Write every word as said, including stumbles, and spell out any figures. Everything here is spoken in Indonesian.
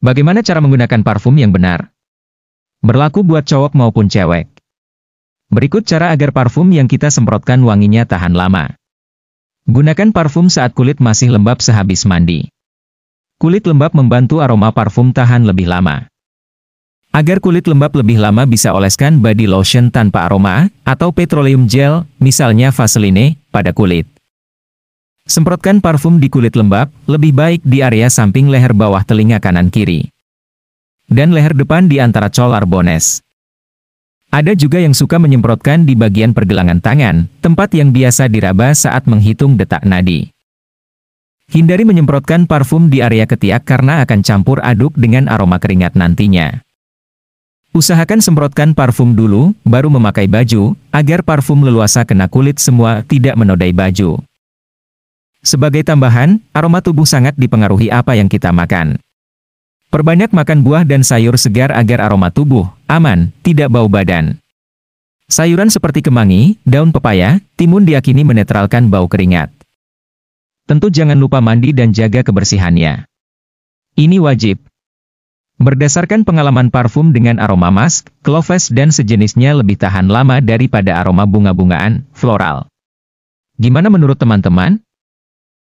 Bagaimana cara menggunakan parfum yang benar? Berlaku buat cowok maupun cewek. Berikut cara agar parfum yang kita semprotkan wanginya tahan lama. Gunakan parfum saat kulit masih lembab sehabis mandi. Kulit lembab membantu aroma parfum tahan lebih lama. Agar kulit lembab lebih lama bisa oleskan body lotion tanpa aroma, atau petroleum gel, misalnya Vaseline, pada kulit. Semprotkan parfum di kulit lembab, lebih baik di area samping leher bawah telinga kanan kiri. Dan leher depan di antara collar bones. Ada juga yang suka menyemprotkan di bagian pergelangan tangan, tempat yang biasa diraba saat menghitung detak nadi. Hindari menyemprotkan parfum di area ketiak karena akan campur aduk dengan aroma keringat nantinya. Usahakan semprotkan parfum dulu, baru memakai baju, agar parfum leluasa kena kulit semua, tidak menodai baju. Sebagai tambahan, aroma tubuh sangat dipengaruhi apa yang kita makan. Perbanyak makan buah dan sayur segar agar aroma tubuh aman, tidak bau badan. Sayuran seperti kemangi, daun pepaya, timun diyakini menetralkan bau keringat. Tentu jangan lupa mandi dan jaga kebersihannya. Ini wajib. Berdasarkan pengalaman parfum dengan aroma musk, cloves dan sejenisnya lebih tahan lama daripada aroma bunga-bungaan, floral. Gimana menurut teman-teman?